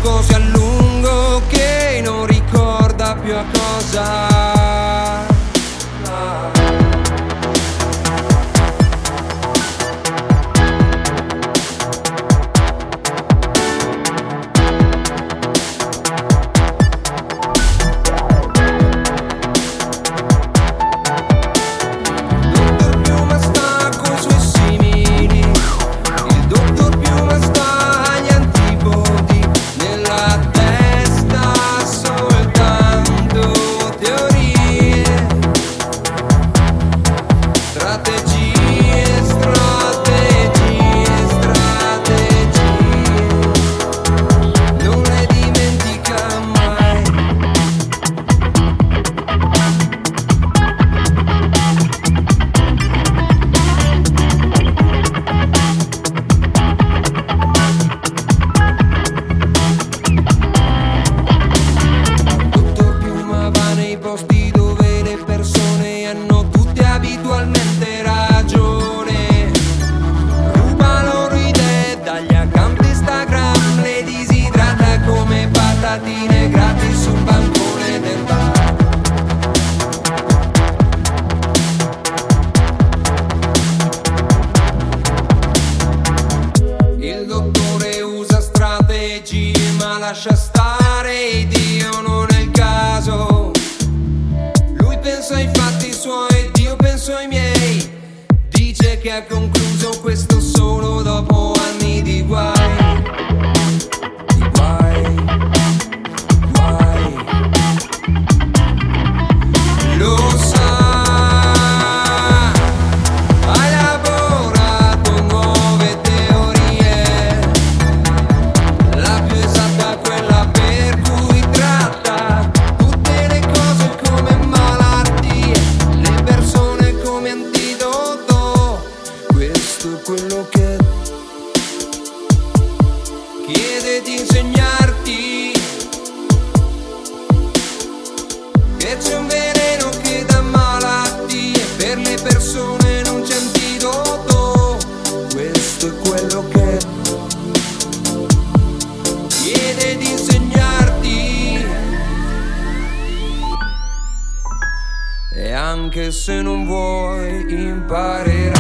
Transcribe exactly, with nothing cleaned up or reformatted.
così a lungo che non ricorda più a cosa. Posti dove le persone hanno tutte abitualmente ragione, ruba loro idee dagli account Instagram, le disidrata come patatine gratis sul bancone del bar. Il dottore usa strategie ma lascia stare, Dio non è il caso. Penso ai fatti suoi, Dio penso ai miei. Dice che ha concluso questo solo dopo anni di guai. Di guai, guai. Lo sa, hai lavorato nuove teorie. La più esatta è quella per cui tratta tutte le cose come quello che chiede di insegnarti, che c'è un veleno che dà malattie, per le persone non c'è antidoto. Questo è quello che chiede di insegnarti. E anche se non vuoi imparerai.